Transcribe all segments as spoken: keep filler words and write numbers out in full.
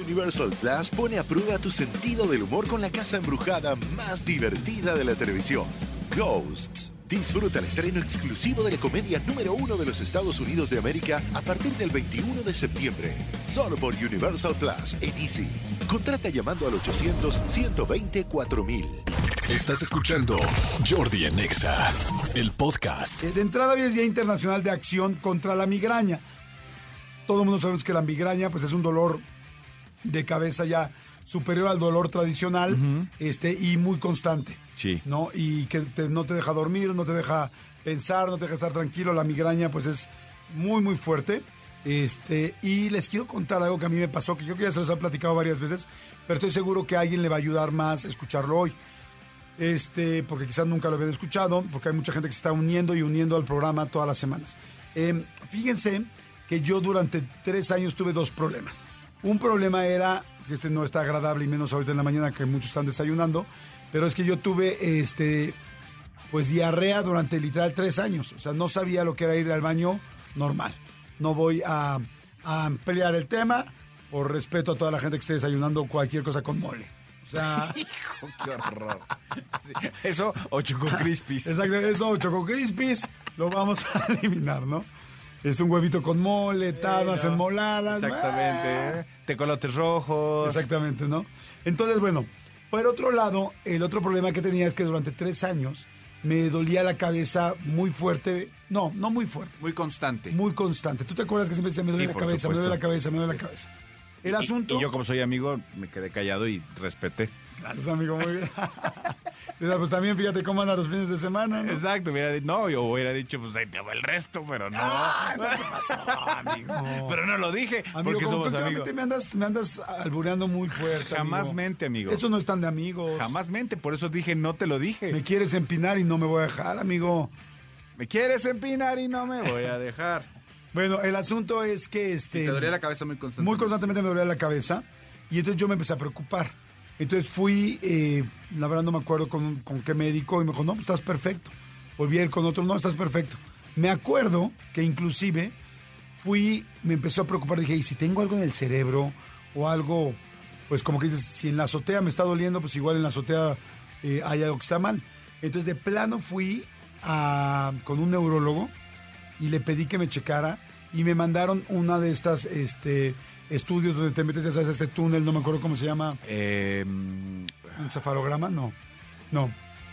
Universal Plus pone a prueba tu sentido del humor con la casa embrujada más divertida de la televisión, Ghosts. Disfruta el estreno exclusivo de la comedia número uno de los Estados Unidos de América a partir del veintiuno de septiembre. Solo por Universal Plus en Easy. Contrata llamando al ochocientos, ciento veinte, cuatro mil. Estás escuchando Jordi en Exa, el podcast. De entrada, hoy es Día Internacional de Acción contra la Migraña. Todo el mundo sabemos que la migraña pues, es un dolor de cabeza ya superior al dolor tradicional, uh-huh. este, y muy constante. Sí. ¿No? Y que te, no te deja dormir, no te deja pensar, no te deja estar tranquilo. La migraña pues es muy, muy fuerte. Este, y les quiero contar algo que a mí me pasó, que yo creo que ya se los he platicado varias veces, pero estoy seguro que a alguien le va a ayudar más escucharlo hoy. Este, porque quizás nunca lo habían escuchado, porque hay mucha gente que se está uniendo y uniendo al programa todas las semanas. Eh, fíjense que yo durante tres años tuve dos problemas. Un problema era, que este no está agradable y menos ahorita en la mañana que muchos están desayunando, pero es que yo tuve, este, pues diarrea durante literal tres años. O sea, no sabía lo que era ir al baño normal. No voy a, a ampliar el tema por respeto a toda la gente que esté desayunando cualquier cosa con mole. O sea... Hijo, qué horror. Sí, eso o Choco Crispies. Exacto, eso o Choco Crispies lo vamos a eliminar, ¿no? Es un huevito con mole, tadas no. enmoladas. Exactamente. ¡Ah! Tecolotes rojos. Exactamente, ¿no? Entonces, bueno, por otro lado, el otro problema que tenía es que durante tres años me dolía la cabeza muy fuerte. No, no muy fuerte. Muy constante. Muy constante. ¿Tú te acuerdas que siempre decía, me duele Sí, la cabeza, supuesto. me duele la cabeza, me duele la cabeza? El y, asunto... Y yo, como soy amigo, me quedé callado y respeté. Gracias, amigo, muy bien. Pues también fíjate cómo andan los fines de semana, ¿no? Exacto, hubiera dicho, no, yo hubiera dicho, pues ahí te va el resto, pero no. Ah, ¿qué pasó, amigo? Pero no lo dije, Amigo, porque como somos que amigos. me andas, me andas albureando muy fuerte, Jamás amigo. mente, amigo. Eso no es tan de amigos. Jamás mente, por eso dije, no te lo dije. Me quieres empinar y no me voy a dejar, amigo. Me quieres empinar y no me voy a dejar. Bueno, el asunto es que este... Y te dolía la cabeza muy constantemente. Muy constantemente me dolía la cabeza. Y entonces yo me empecé a preocupar. Entonces fui, eh, la verdad no me acuerdo con, con qué médico, y me dijo, no, pues estás perfecto. Volví a ir con otro, no, estás perfecto. Me acuerdo que inclusive fui, me empezó a preocupar, dije, ¿y si tengo algo en el cerebro o algo, pues como que dices, si en la azotea me está doliendo, pues igual en la azotea eh, hay algo que está mal? Entonces de plano fui a, con un neurólogo y le pedí que me checara y me mandaron una de estas, este... estudios donde te metes, ya sabes, este túnel, no me acuerdo cómo se llama. Eh, ¿Un cefalograma? No. No.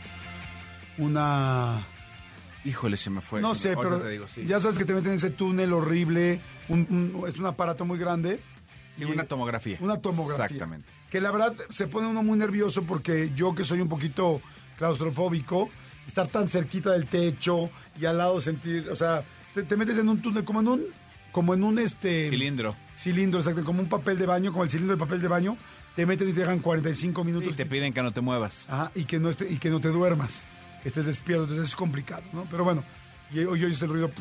Una... Híjole, se me fue. No se sé, me... pero te digo, sí. ya sabes que te meten en ese túnel horrible. Un, un, es un aparato muy grande. Y una tomografía. Una tomografía. Exactamente. Que la verdad se pone uno muy nervioso porque yo que soy un poquito claustrofóbico, estar tan cerquita del techo y al lado sentir, o sea, te metes en un túnel como en un... como en un este... cilindro. Cilindro, exacto, como un papel de baño, como el cilindro de papel de baño, te meten y te dejan cuarenta y cinco minutos. Y te piden que no te muevas. Ajá, y que no, esté, y que no te duermas, que estés despierto, entonces es complicado, ¿no? Pero bueno, y hoy oyes el ruido...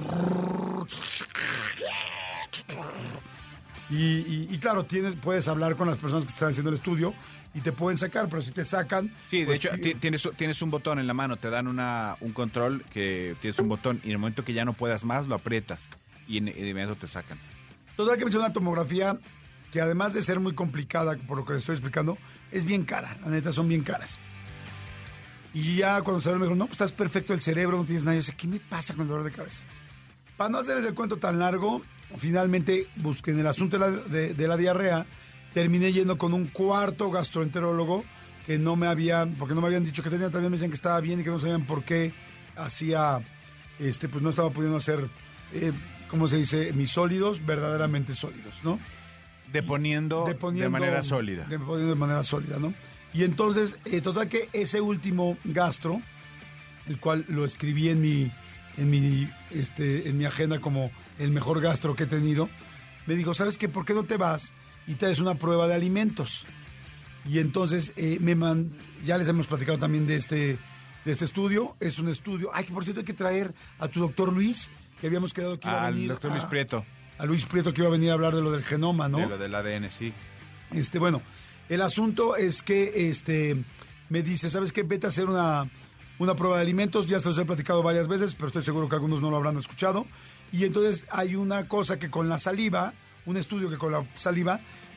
Y, y, y claro, tienes, puedes hablar con las personas que están haciendo el estudio y te pueden sacar, pero si te sacan... Sí, de pues, hecho, t- tienes, tienes un botón en la mano, te dan una, un control que tienes un botón y en el momento que ya no puedas más, lo aprietas y, en, y de inmediato te sacan. Total que me hizo una tomografía que además de ser muy complicada, por lo que les estoy explicando, es bien cara, la neta, son bien caras. Y ya cuando se me dijo, no, pues estás perfecto el cerebro, no tienes nada. Yo sé, ¿qué me pasa con el dolor de cabeza? Para no hacerles el cuento tan largo, finalmente busqué en el asunto de la, de, de la diarrea, terminé yendo con un cuarto gastroenterólogo que no me habían, porque no me habían dicho que tenía, también me decían que estaba bien y que no sabían por qué hacía, este, pues no estaba pudiendo hacer, eh, ¿cómo se dice? Mis sólidos, verdaderamente sólidos, ¿no? Deponiendo, Deponiendo de manera sólida. Deponiendo de manera sólida, ¿no? Y entonces, eh, total que ese último gastro, el cual lo escribí en mi, en mi, este, en mi agenda como el mejor gastro que he tenido, me dijo, ¿sabes qué? ¿Por qué no te vas y traes una prueba de alimentos? Y entonces, eh, me man... ya les hemos platicado también de este, de este estudio. Es un estudio... Ay, que por cierto hay que traer a tu doctor Luis, que habíamos quedado que iba a Al venir... doctor Luis a, Prieto. A Luis Prieto, que iba a venir a hablar de lo del genoma, ¿no? De lo del A D N, sí. Este, bueno, el asunto es que este me dice, ¿sabes qué? Vete a hacer una, una prueba de alimentos. Ya se los he platicado varias veces, pero estoy seguro que algunos no lo habrán escuchado. Y entonces hay una cosa que con la saliva, un estudio que con la saliva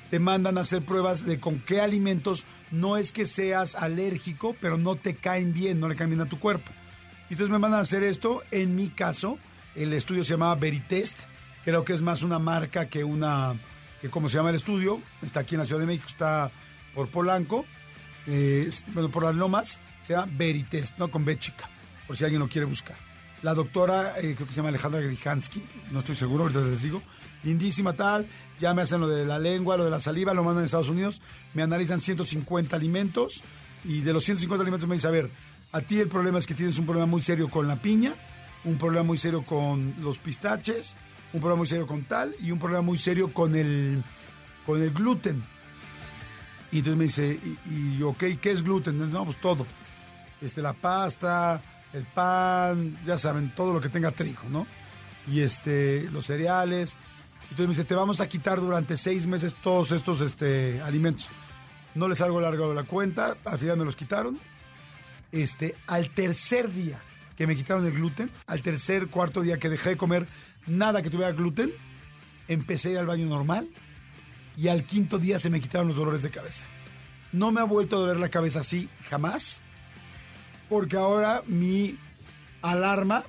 te mandan a hacer pruebas de con qué alimentos no es que seas alérgico, pero no te caen bien, no le caen bien a tu cuerpo. Entonces me mandan a hacer esto. En mi caso, el estudio se llamaba Veritest. Creo que es más una marca que una... que ¿cómo se llama el estudio? Está aquí en la Ciudad de México, está por Polanco, eh, bueno, por las Lomas. Se llama Veritest, ¿no? Con B chica, por si alguien lo quiere buscar. La doctora, eh, creo que se llama Alejandra Grijansky, no estoy seguro, ahorita les digo. Lindísima tal, ya me hacen lo de la lengua, lo de la saliva, lo mandan a Estados Unidos, me analizan ciento cincuenta alimentos y de los ciento cincuenta alimentos me dice, a ver, a ti el problema es que tienes un problema muy serio con la piña, un problema muy serio con los pistaches, un problema muy serio con tal y un problema muy serio con el, con el gluten. Y entonces me dice, y, y ok, ¿qué es gluten? No, pues todo. Este, la pasta, el pan, ya saben, todo lo que tenga trigo, ¿no? Y este, los cereales. Entonces me dice, te vamos a quitar durante seis meses todos estos este, alimentos. No les salgo largo de la cuenta, al final me los quitaron. Este, al tercer día que me quitaron el gluten, al tercer, cuarto día que dejé de comer nada que tuviera gluten, empecé a ir al baño normal y al quinto día se me quitaron los dolores de cabeza. No me ha vuelto a doler la cabeza así jamás, porque ahora mi alarma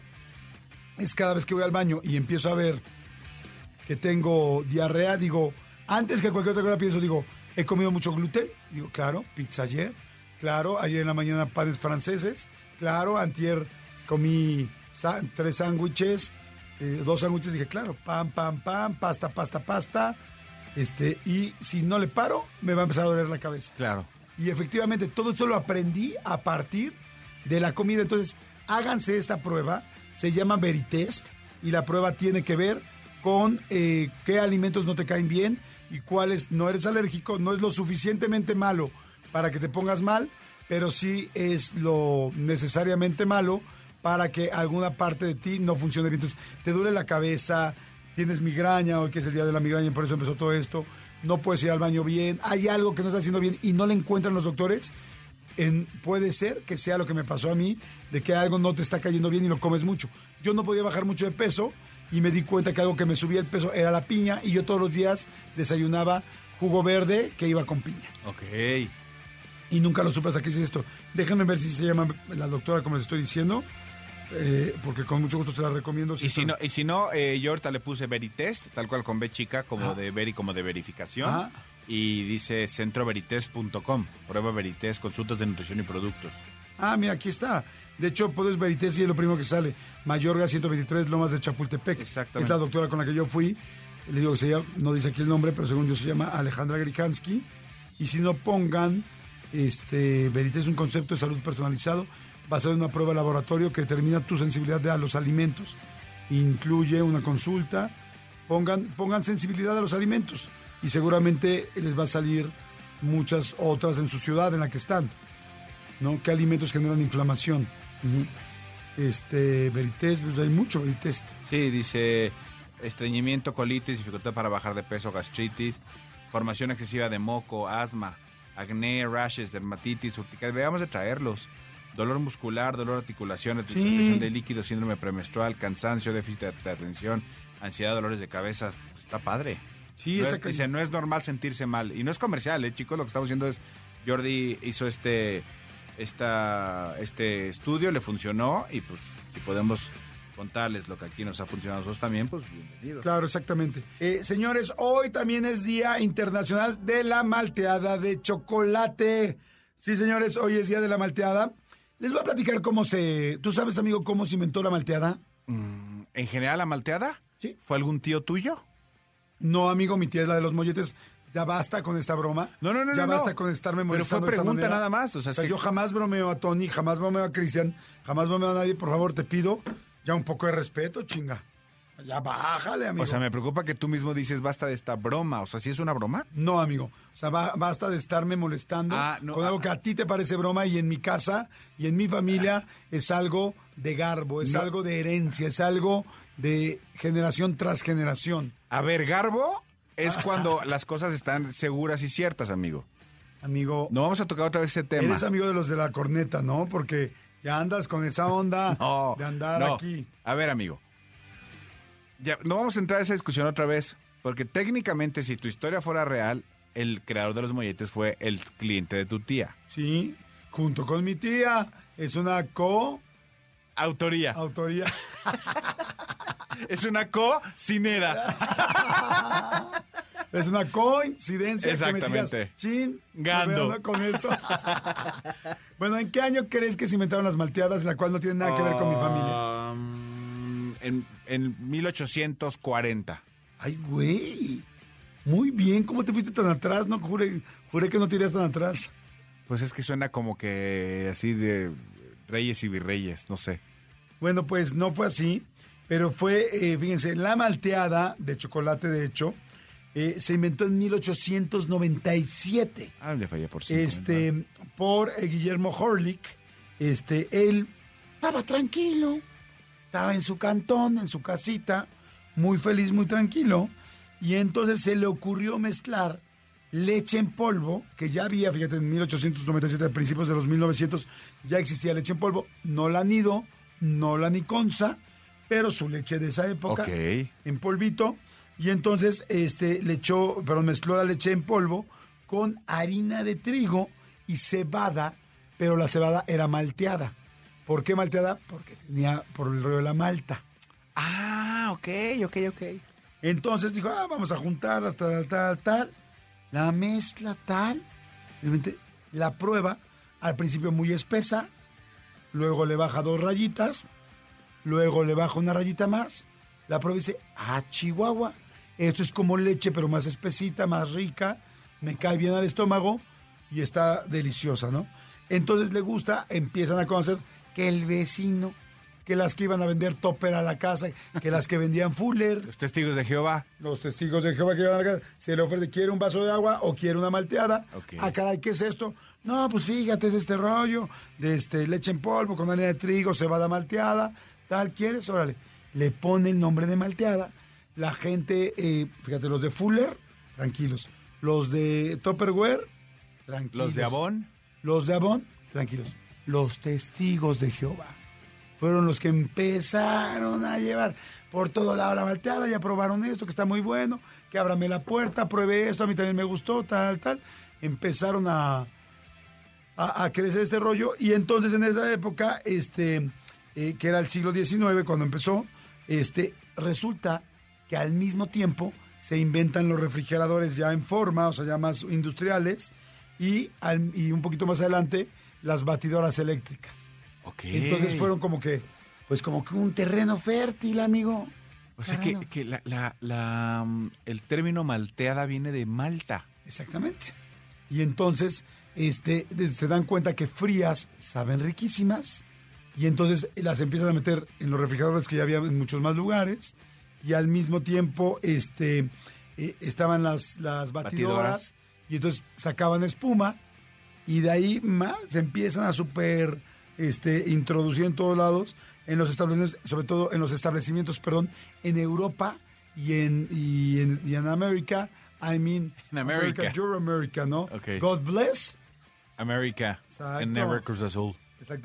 es cada vez que voy al baño y empiezo a ver que tengo diarrea, digo, antes que cualquier otra cosa pienso, digo, he comido mucho gluten, digo, claro, pizza ayer, claro, ayer en la mañana panes franceses, claro, antier comí sa- tres sándwiches, eh, dos sándwiches, dije, claro, pan, pan, pan, pasta, pasta, pasta, este, y si no le paro, me va a empezar a doler la cabeza. Claro. Y efectivamente, todo esto lo aprendí a partir de la comida. Entonces, háganse esta prueba, se llama Veritest, y la prueba tiene que ver con eh, qué alimentos no te caen bien y cuáles no eres alérgico. No es lo suficientemente malo para que te pongas mal, pero sí es lo necesariamente malo para que alguna parte de ti no funcione bien. Entonces, te duele la cabeza, tienes migraña, hoy que es el día de la migraña y por eso empezó todo esto, no puedes ir al baño bien, hay algo que no está haciendo bien y no le encuentran los doctores, en, puede ser que sea lo que me pasó a mí, de que algo no te está cayendo bien y lo comes mucho. Yo no podía bajar mucho de peso y me di cuenta que algo que me subía el peso era la piña y yo todos los días desayunaba jugo verde que iba con piña. Ok. Y nunca lo supe hasta que hice esto. Déjenme ver si se llama la doctora como les estoy diciendo, eh, porque con mucho gusto se la recomiendo. Si y, si no, y si no, eh, yo ahorita le puse Veritest, tal cual con B chica, como ah. de ver y como de verificación. Ah. Y dice centro veritest punto com, prueba Veritest, consultas de nutrición y productos. Ah, mira, aquí está. De hecho, puedes Veritest y es lo primero que sale. Mayorga ciento veintitrés, Lomas de Chapultepec. Exactamente. Es la doctora con la que yo fui. Le digo que se llama, no dice aquí el nombre, pero según yo se llama Alejandra Grijansky. Y si no, pongan, este, Veritest es un concepto de salud personalizado basado en una prueba de laboratorio que determina tu sensibilidad a los alimentos. Incluye una consulta. Pongan, pongan sensibilidad a los alimentos y seguramente les va a salir muchas otras en su ciudad en la que están, ¿no? ¿Qué alimentos generan inflamación? Uh-huh. Este, Veritest, pues hay mucho Veritest. Sí, dice estreñimiento, colitis, dificultad para bajar de peso, gastritis, formación excesiva de moco, asma, acné, rashes, dermatitis, urticaria. Veamos de traerlos. Dolor muscular, dolor de articulación, retención sí. de líquido, síndrome premenstrual, cansancio, déficit de, de atención, ansiedad, dolores de cabeza. Está padre. Sí, no está es, dice, no es normal sentirse mal. Y no es comercial, ¿eh, chicos? Lo que estamos haciendo es, Jordi hizo este, esta, este estudio, le funcionó y pues si podemos contarles lo que aquí nos ha funcionado a nosotros también, pues bienvenidos. Claro, exactamente. Eh, señores, hoy también es Día Internacional de la Malteada de Chocolate. Sí, señores, hoy es Día de la Malteada. Les voy a platicar cómo se... ¿Tú sabes, amigo, cómo se inventó la malteada? Mm, ¿En general la malteada? Sí. ¿Fue algún tío tuyo? No, amigo, mi tía es la de los molletes. Ya basta con esta broma. No, no, no, Ya no. basta no. con estarme Pero molestando fue de esta pregunta manera. nada más. O sea, O sea, es que... yo jamás bromeo a Tony, jamás bromeo a Cristian, jamás bromeo a nadie. Por favor, te pido ya un poco de respeto, chinga. Ya bájale, amigo. O sea, me preocupa que tú mismo dices basta de esta broma. O sea, ¿sí es una broma? No, amigo. O sea, ba- basta de estarme molestando Ah, no, con algo ah, que a ti te parece broma y en mi casa y en mi familia es algo de garbo, es No. algo de herencia, es algo de generación tras generación. A ver, garbo es cuando las cosas están seguras y ciertas, amigo. Amigo, No vamos a tocar otra vez ese tema. eres amigo de los de la corneta, ¿no? Porque ya andas con esa onda No, de andar no. aquí. A ver, amigo. Ya, no vamos a entrar a esa discusión otra vez, porque técnicamente si tu historia fuera real, el creador de los molletes fue el cliente de tu tía. Sí, junto con mi tía. Es una co... Autoría. Autoría. Es una cocinera. Es una coincidencia. Exactamente. Que me sigas, chin, Gando. Con esto. Bueno, ¿en qué año crees que se inventaron las malteadas, la cual no tiene nada que ver con mi familia? Um, en, en mil ochocientos cuarenta. Ay, güey. Muy bien. ¿Cómo te fuiste tan atrás? No, juré, juré que no te irías tan atrás. Pues es que suena como que así de reyes y virreyes, no sé. Bueno, pues no fue así, pero fue, eh, fíjense, la malteada de chocolate, de hecho, eh, se inventó en mil ochocientos noventa y siete. Ah, le fallé por cinco. Este, ¿verdad? Por eh, Guillermo Horlick. Este, él estaba tranquilo, estaba en su cantón, en su casita, muy feliz, muy tranquilo, y entonces se le ocurrió mezclar leche en polvo, que ya había, fíjate, en mil ochocientos noventa y siete, a principios de los mil novecientos, ya existía leche en polvo, no la nido, no la niconza, pero su leche de esa época, Ok. en polvito, y entonces este, le echó, perdón, mezcló la leche en polvo con harina de trigo y cebada, pero la cebada era malteada. ¿Por qué malteada? Porque tenía por el rollo de la malta. Ah, ok, ok, ok. Entonces dijo, ah, vamos a juntarlas, tal, tal, tal. La mezcla tal, realmente la prueba, al principio muy espesa, luego le baja dos rayitas, luego le baja una rayita más, la prueba y dice, ah, Chihuahua, esto es como leche, pero más espesita, más rica, me cae bien al estómago y está deliciosa, ¿no? Entonces le gusta, empiezan a conocer que el vecino, que las que iban a vender topper a la casa, que las que vendían Fuller, Los testigos de Jehová. los testigos de Jehová que iban a la casa, se le ofrece, ¿quiere un vaso de agua o quiere una malteada? Ok. Ah, caray, ¿qué es esto? No, pues fíjate, es este rollo de este leche en polvo con harina de trigo, cebada malteada, tal, ¿quieres? Órale. Le pone el nombre de malteada. La gente, eh, fíjate, los de Fuller, tranquilos. Los de Tupperware, tranquilos. Los de Avon. Los de Avon, tranquilos. Los testigos de Jehová fueron los que empezaron a llevar por todo lado la malteada, ya probaron esto, que está muy bueno, que ábrame la puerta, pruebe esto, a mí también me gustó, tal, tal. Empezaron a, a, a crecer este rollo, y entonces en esa época, este, eh, que era el siglo diecinueve cuando empezó, este, resulta que al mismo tiempo se inventan los refrigeradores ya en forma, o sea, ya más industriales, y, al, y un poquito más adelante, las batidoras eléctricas. Ok. Entonces fueron como que, pues como que un terreno fértil, amigo. O sea que, Terreno. que la, la, la, mm, el término malteada viene de Malta. Exactamente. Y entonces este, de- se dan cuenta que frías saben riquísimas, y entonces las empiezan a meter en los refrigeradores que ya había en muchos más lugares, y al mismo tiempo este, eh, estaban las, las batidoras, Batidoras. y entonces sacaban espuma, y de ahí más se empiezan a super este, introducir en todos lados, en los establecimientos, sobre todo en los establecimientos, perdón, en Europa y en, y en, y en América, I mean, En América. You're America, ¿no? Ok. God bless. América. Exacto. And never Cruz Azul. Exacto.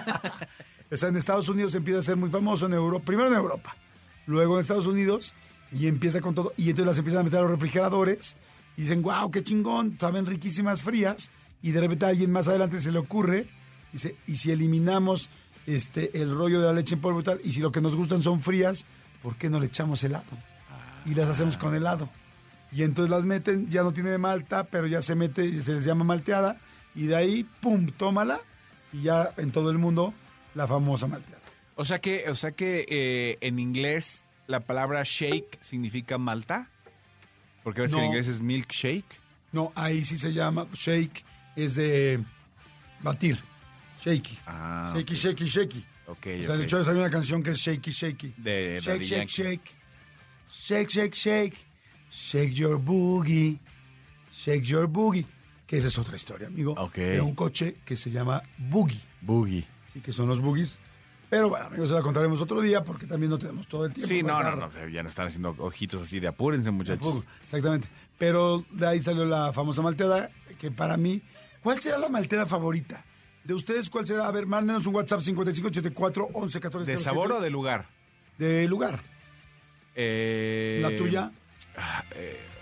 O sea, en Estados Unidos empieza a ser muy famoso, en Europa, primero en Europa, luego en Estados Unidos, y empieza con todo, y entonces las empiezan a meter a los refrigeradores, y dicen, wow, qué chingón, saben riquísimas frías, y de repente a alguien más adelante se le ocurre, dice, y si eliminamos este el rollo de la leche en polvo y tal, y si lo que nos gustan son frías, ¿por qué no le echamos helado? Y las hacemos con helado. Y entonces las meten, ya no tiene de malta, pero ya se mete, se les llama malteada, y de ahí, pum, tómala, y ya en todo el mundo, la famosa malteada. O sea que, o sea que eh, en inglés la palabra shake significa malta. Porque ves que en No. inglés es milkshake. No, ahí sí se llama, shake, es de batir, shaky. Ah, shaky, ok. shaky, shaky. Ok, O sea, de ok. hecho, hay una canción que es shaky, shaky. De shake, Daddy shake, Yankee. shake. Shake, shake, shake. Shake your boogie. Shake your boogie. Que esa es otra historia, amigo. Ok. De un coche que se llama Boogie. Boogie. Sí, que son los boogies. Pero bueno, amigos, se la contaremos otro día porque también no tenemos todo el tiempo. Sí, no, para no, estar- no, ya no están haciendo ojitos así de apúrense, muchachos. Tampoco, exactamente. Pero de ahí salió la famosa malteada, que para mí, ¿cuál será la malteada favorita? De ustedes, ¿cuál será? A ver, mándenos un WhatsApp cincuenta y cinco ochenta y cuatro once catorce ¿De sabor o de lugar? de lugar? Eh, ¿La tuya? ah, eh,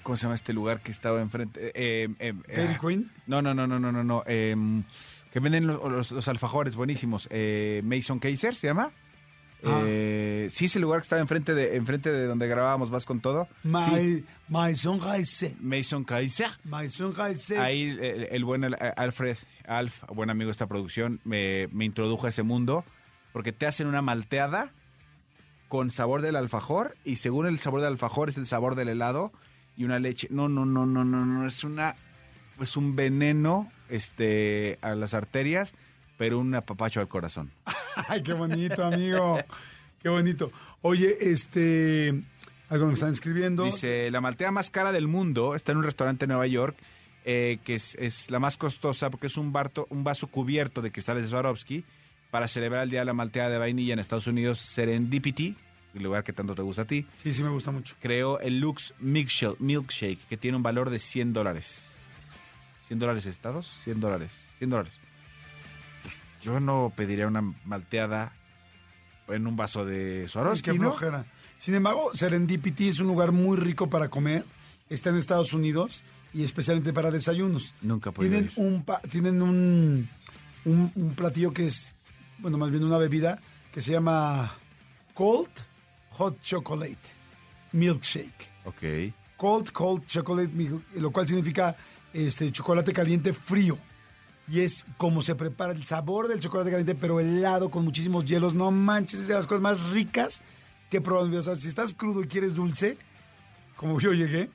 ¿Cómo se llama este lugar que estaba enfrente? Eh, eh, eh, Dairy Queen. No, no, no, no, no, no, no. Eh, que venden los, los, los alfajores buenísimos. Eh, Mason Kaiser se llama. Ah. Eh, sí, ese lugar que estaba enfrente de, enfrente de donde grabábamos Vas con Todo. My, Sí, Maison Kaiser. Mason Kaiser. Maison Kaiser. Ahí el, el buen Alfred, Alf, buen amigo de esta producción, me, me introdujo a ese mundo porque te hacen una malteada con sabor del alfajor y según el sabor del alfajor es el sabor del helado y una leche. No, no, no, no, no, no, es una es un veneno este a las arterias, pero un apapacho al corazón. Ay, qué bonito, amigo. Qué bonito. Oye, este, algo me están escribiendo. Dice, la malteada más cara del mundo está en un restaurante en Nueva York, eh, que es, es la más costosa porque es un, barto, un vaso cubierto de cristales de Swarovski para celebrar el Día de la Malteada de Vainilla en Estados Unidos. Serendipity, el lugar que tanto te gusta a ti, Sí, sí me gusta mucho. creó el Lux Milkshake, Milkshake, que tiene un valor de cien dólares. ¿cien dólares estados? cien dólares. cien dólares. Pues yo no pediría una malteada en un vaso de Ay, Swarovski, qué ¿no? flojera. Sin embargo, Serendipity es un lugar muy rico para comer. Está en Estados Unidos y especialmente para desayunos. Nunca he podido Tienen ir. un pa- tienen un, un un platillo que es, bueno, más bien una bebida que se llama Cold Hot Chocolate Milkshake. Ok. Cold Cold Chocolate Milk, lo cual significa este chocolate caliente frío. Y es como se prepara el sabor del chocolate caliente, pero helado con muchísimos hielos. No manches, es de las cosas más ricas que probablemente. O sea, si estás crudo y quieres dulce, como yo llegué.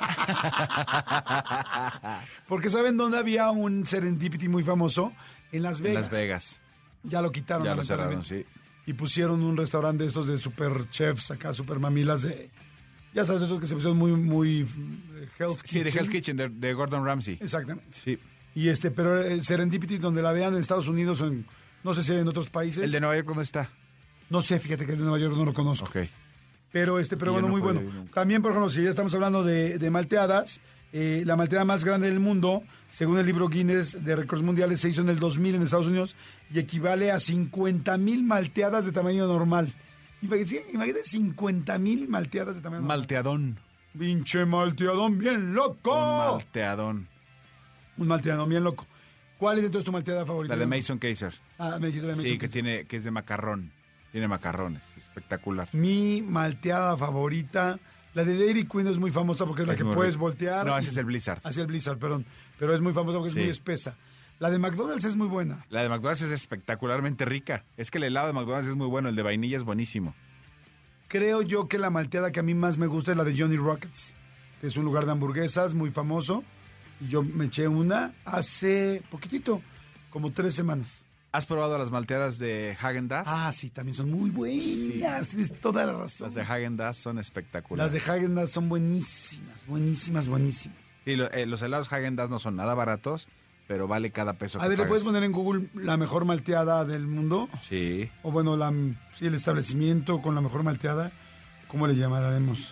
Porque ¿saben dónde había un Serendipity muy famoso? En Las En Vegas. Las Vegas. Ya lo quitaron. Ya lo cerraron, lamentablemente. sí. Y pusieron un restaurante de estos de super chefs acá, super mamilas de... Ya sabes, esos que se pusieron muy, muy... eh, Hell's Sí, de Kitchen. Hell's Kitchen, de, de Gordon Ramsay. Exactamente. Sí. Y este, pero el Serendipity, donde la vean en Estados Unidos o en, no sé si en otros países. ¿El de Nueva York dónde está? No sé, fíjate que el de Nueva York no lo conozco. Ok. Pero este, pero Y yo bueno, no muy puedo bueno. ir nunca. También, por ejemplo, si ya estamos hablando de, de malteadas, eh, la malteada más grande del mundo, según el libro Guinness de Récords Mundiales, se hizo en el dos mil en Estados Unidos y equivale a cincuenta mil malteadas de tamaño normal. Imagínate, imagínate cincuenta mil malteadas de tamaño normal. Malteadón. Pinche malteadón bien loco. Un malteadón. Un malteadón bien loco. ¿Cuál es entonces tu malteada favorita? La de Mason Kaiser. Ah, me dijiste la de Mason Sí, que Kaiser. tiene, que es de macarrón. Tiene macarrones. Espectacular. Mi malteada favorita, la de Dairy Queen es muy famosa porque es la Es que muy puedes rico. voltear. No, y- ese es el Blizzard. Hacia el Blizzard, perdón. Pero es muy famosa porque Sí. es muy espesa. La de McDonald's es muy buena. La de McDonald's es espectacularmente rica. Es que el helado de McDonald's es muy bueno. El de vainilla es buenísimo. Creo yo que la malteada que a mí más me gusta es la de Johnny Rockets, que es un lugar de hamburguesas muy famoso. Y yo me eché una hace poquitito, como tres semanas. ¿Has probado las malteadas de Häagen-Dazs? Ah, sí, también son muy buenas. Tienes toda la razón. Las de Häagen-Dazs son espectaculares. Las de Häagen-Dazs son buenísimas, buenísimas, buenísimas. Sí, lo- eh, los helados Häagen-Dazs no son nada baratos, pero vale cada peso A que ver, ¿le pagas. puedes poner en Google la mejor malteada del mundo? Sí. O bueno, la, sí, el establecimiento con la mejor malteada. ¿Cómo le llamaremos?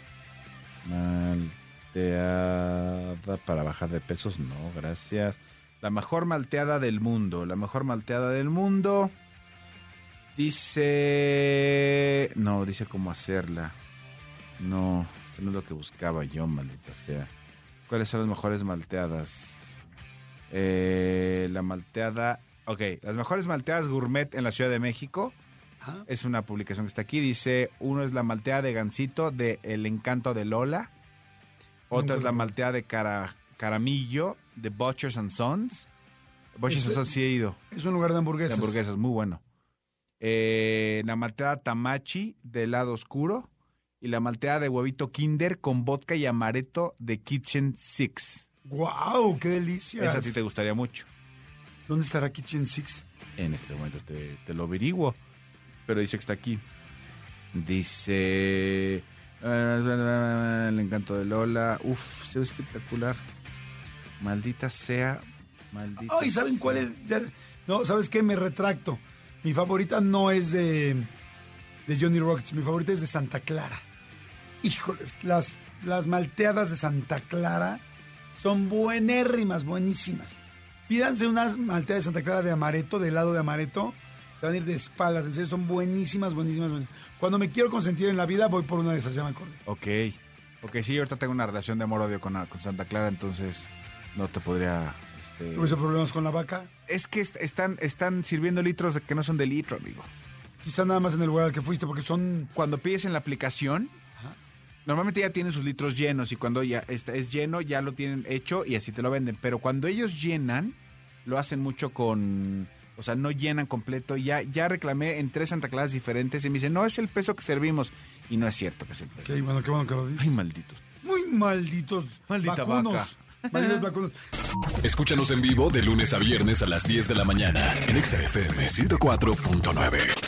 Malteada para bajar de pesos, no, gracias. La mejor malteada del mundo. La mejor malteada del mundo. Dice... No, dice cómo hacerla. No, esto no es lo que buscaba yo, maldita sea. ¿Cuáles son las mejores malteadas? Eh, la malteada... Ok, las mejores malteadas gourmet en la Ciudad de México. Ajá. Es una publicación que está aquí. Dice, uno es la malteada de gansito de El Encanto de Lola. Otra es la malteada de cara, caramillo de Butchers and Sons. Butchers Ese- and Sons sí he ido. Es un lugar de De hamburguesas. hamburguesas, muy bueno. Eh, la malteada Tamachi de helado oscuro. Y la malteada de huevito Kinder con vodka y amaretto de Kitchen Six. ¡Guau! ¡Qué delicia! Esa a ti te gustaría mucho. ¿Dónde estará Kitchen Six? En este momento te, te lo averiguo. Pero dice que está aquí. Dice... eh, El Encanto de Lola. Uf, se ve espectacular. Maldita sea. Maldita ¡Ay! ¿Saben sea. cuál es? Ya- no, ¿sabes qué? Me retracto. Mi favorita no es de, de Johnny Rockets. Mi favorita es de Santa Clara. Híjoles, las, las malteadas de Santa Clara son buenérrimas, buenísimas. Pídanse unas malteadas de Santa Clara de amaretto, de helado de amaretto. Se van a ir de espaldas, en serio, son buenísimas, buenísimas, buenísimas. Cuando me quiero consentir en la vida, voy por una de esas, ya me acordé. Ok, Porque sí, ahorita tengo una relación de amor-odio con, con Santa Clara, entonces no te podría... Este... ¿Tuviste problemas con la vaca? Es que est- están, están sirviendo litros de que no son de litro, amigo. Quizá nada más en el lugar al que fuiste, porque son... Cuando pides en la aplicación, Ajá. normalmente ya tienen sus litros llenos y cuando ya está, es lleno ya lo tienen hecho y así te lo venden. Pero cuando ellos llenan, lo hacen mucho con... O sea, no llenan completo. Ya, ya reclamé en tres Santa Claras diferentes y me dicen, no, es el peso que servimos. Y no es cierto que es el peso. Ok, bueno, qué bueno que lo dices. Ay, malditos. Muy malditos Maldita vacunos. vaca. Malditos vacunos. Escúchanos en vivo de lunes a viernes a las diez de la mañana en Exa F M ciento cuatro punto nueve.